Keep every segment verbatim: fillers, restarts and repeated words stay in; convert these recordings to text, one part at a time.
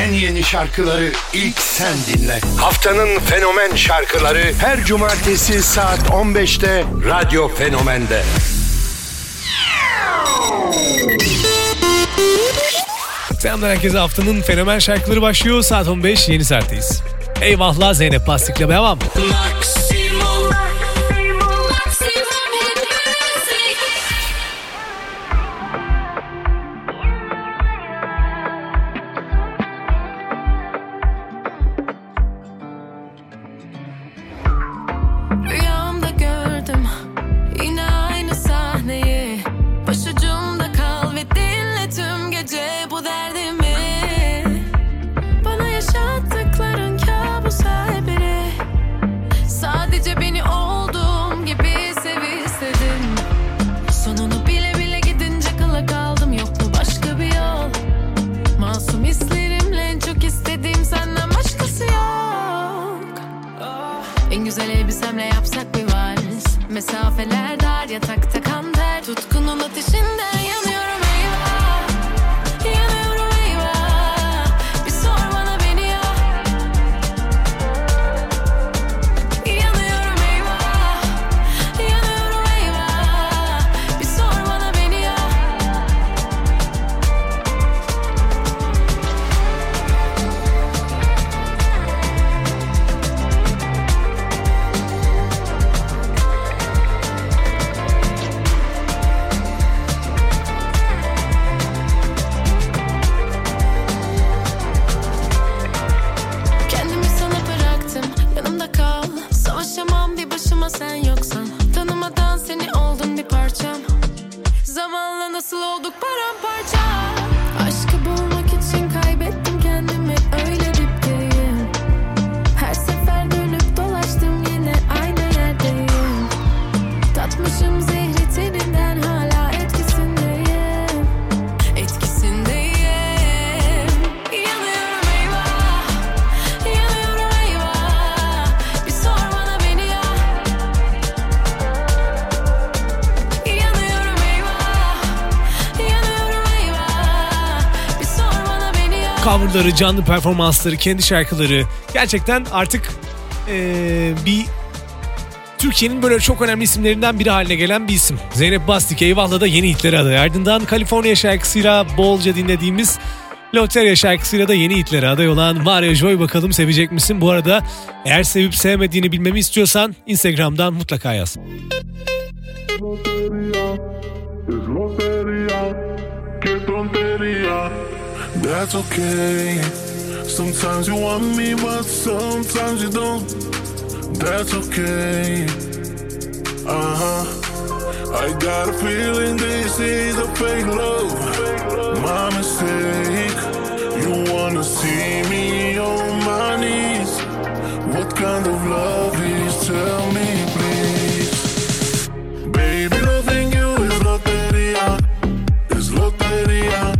en yeni şarkıları ilk sen dinle. Haftanın fenomen şarkıları her cumartesi saat on beşte Radyo Fenomen'de. Selamlar herkese, haftanın fenomen şarkıları başlıyor. Saat on beş, yeni saatteyiz. Eyvahla Zeynep Bastık'la devam. Mesafeler dar, yatakta kan ter. Tutkunun ateşinden yanıyorum eyvah. Yanıyorum eyvah. Bir sor bana beni ya. Yanıyorum eyvah. Yanıyorum eyvah. Bir sor bana beni ya. Sen yoksan, tanımadan seni oldum bir parçam. Zamanla nasıl olduk paramparça. Aşkı bulmak için kaybettim kendimi, öyle dipteyim. Her sefer dönüp dolaştım, yine aynı yerdeyim. Tatmışım zehri teninden, hala etkisindeyim. Etkisindeyim. Yanıyorum eyvah. Yanıyorum eyvah. Bir sor bana beni ya. Coverları, canlı performansları, kendi şarkıları gerçekten artık ee, bir Türkiye'nin böyle çok önemli isimlerinden biri haline gelen bir isim. Zeynep Bastık Eyvah'la da yeni hitleri aday. Ardından California şarkısıyla bolca dinlediğimiz Loteria şarkısıyla da yeni hitleri aday olan Mario Joy, bakalım sevecek misin? Bu arada eğer sevip sevmediğini bilmemi istiyorsan Instagram'dan mutlaka yaz. That's okay. Sometimes you want me, but sometimes you don't. That's okay. Uh-huh. I got a feeling this is a fake love. My mistake. You wanna see me on my knees. What kind of love is? Tell me, please. Baby, loving you is loteria. Is loteria.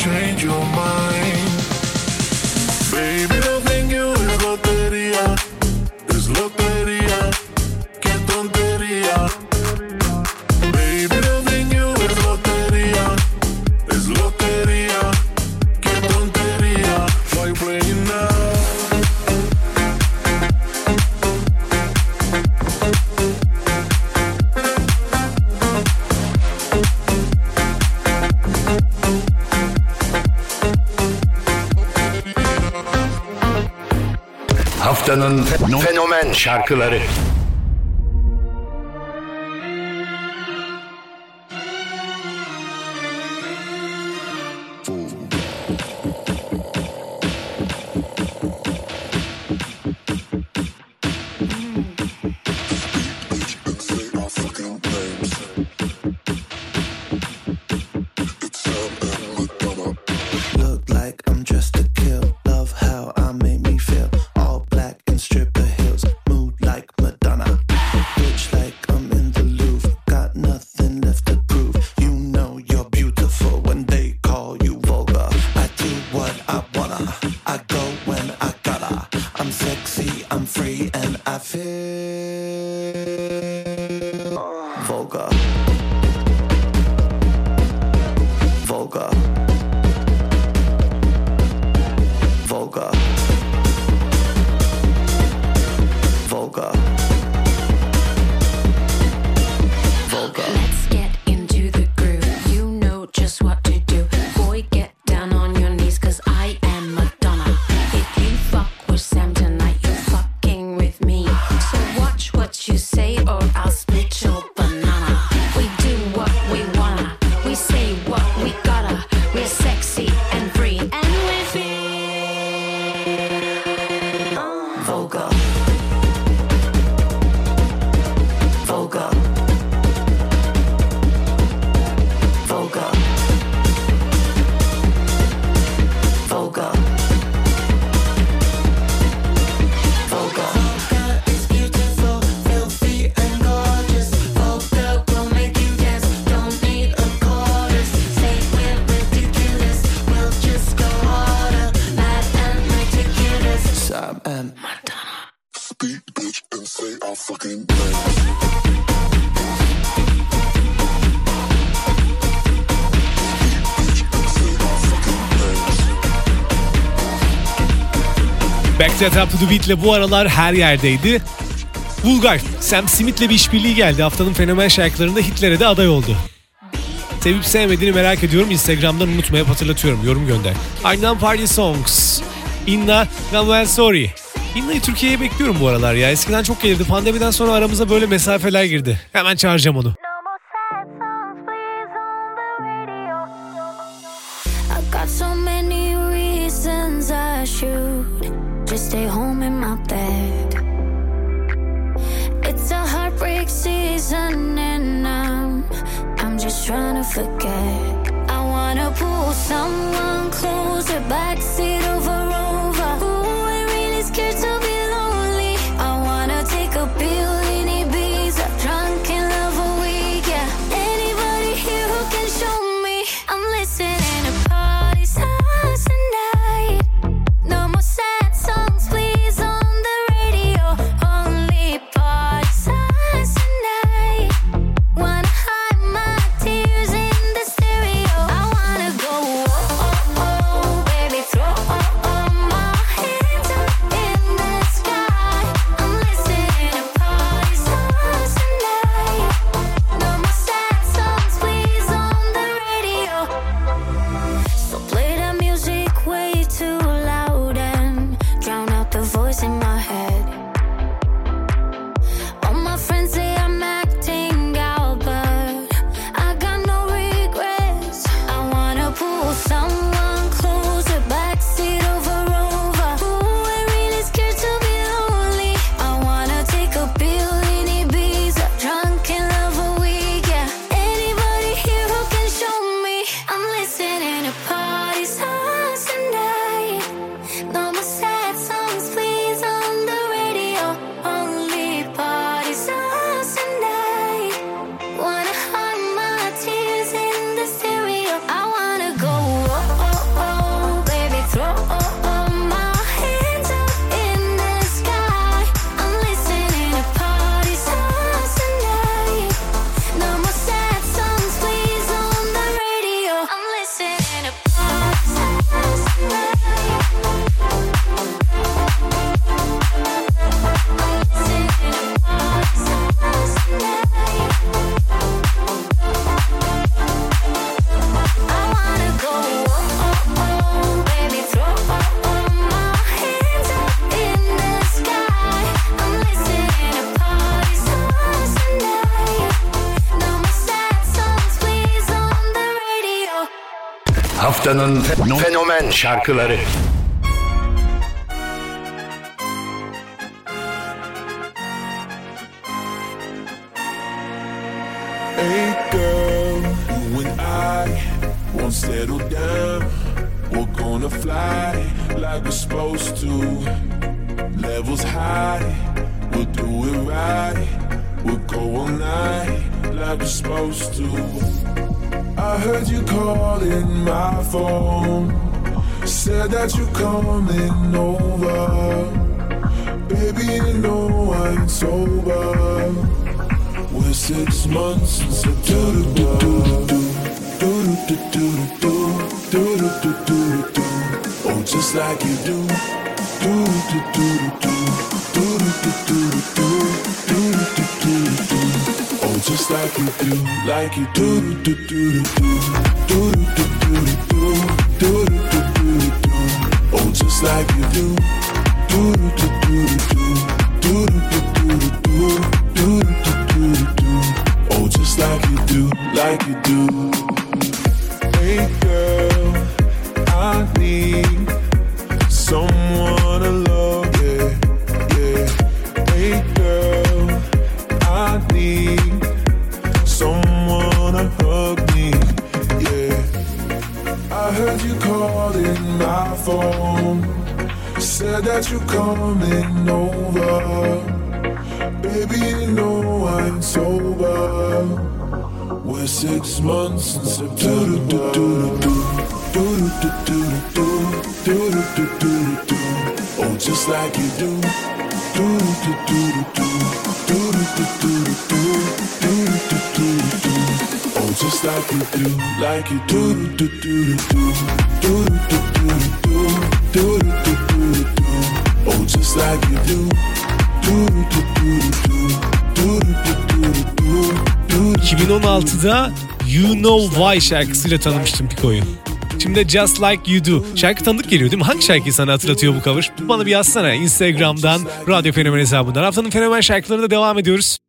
change your mind. Baby, loving you is lotería, es lotería, qué tontería. Baby, loving you is lotería, es lotería, qué tontería. Why playing now? Haftanın fenomen şarkıları. Back to Up to the Beat'le bu aralar her yerdeydi. Bulgar, Sam Smith'le bir işbirliği geldi. Haftanın fenomen şarkılarında hitlere de aday oldu. Sevip sevmediğini merak ediyorum. Instagram'dan unutmayıp hatırlatıyorum. Yorum gönder. Ardından Party Songs. Inna, Gamel Sorry. Inna'yı Türkiye'ye bekliyorum bu aralar ya. Eskiden çok gelirdi. Pandemiden sonra aramıza böyle mesafeler girdi. Hemen çağıracağım onu. Just stay home in my bed. It's a heartbreak season and I'm I'm just trying to forget. I wanna pull someone closer, backseat of a Rover. Ooh, I'm really scared to be lonely. I wanna take a pill in Ibiza, drunk in love a week, yeah. Anybody here who can show me? I'm listening to party songs tonight. No more sad songs, please, on the radio. Only party songs tonight. Wanna hide my tears in the stereo. I wanna go, oh, oh, oh, baby, throw oh, oh, my hands up in the Haftanın fenomen şarkıları. Hey girl, you and I won't settle down. We're gonna fly like we're supposed to. Levels high, we'll do it right. We'll go all night like we're supposed to. I heard you calling my phone. Said that you're coming over. Baby, you know I ain't sober. We're six months since September. Oh, just like you do. Oh, just like you do, like you do. Oh, just like you do. Oh, just like you do, like you do. Hey girl, I need someone to love, yeah, yeah. Hey girl, I need someone to hug me, yeah. I heard you calling my phone. Said that you're coming over. Baby, you know I ain't sober. We're six months since September. Oh, just like you do. Oh, just like you do, like you do. Oh, just like you do. iki bin on altıda You Know Why şarkısıyla tanımıştım Piko'yu. Şimdi Just Like You Do. Şarkı tanıdık geliyor değil mi? Hangi şarkıyı sana hatırlatıyor bu cover? Bana bir yazsana Instagram'dan, Radyo Fenomen hesabından. Haftanın fenomen şarkılarına devam ediyoruz.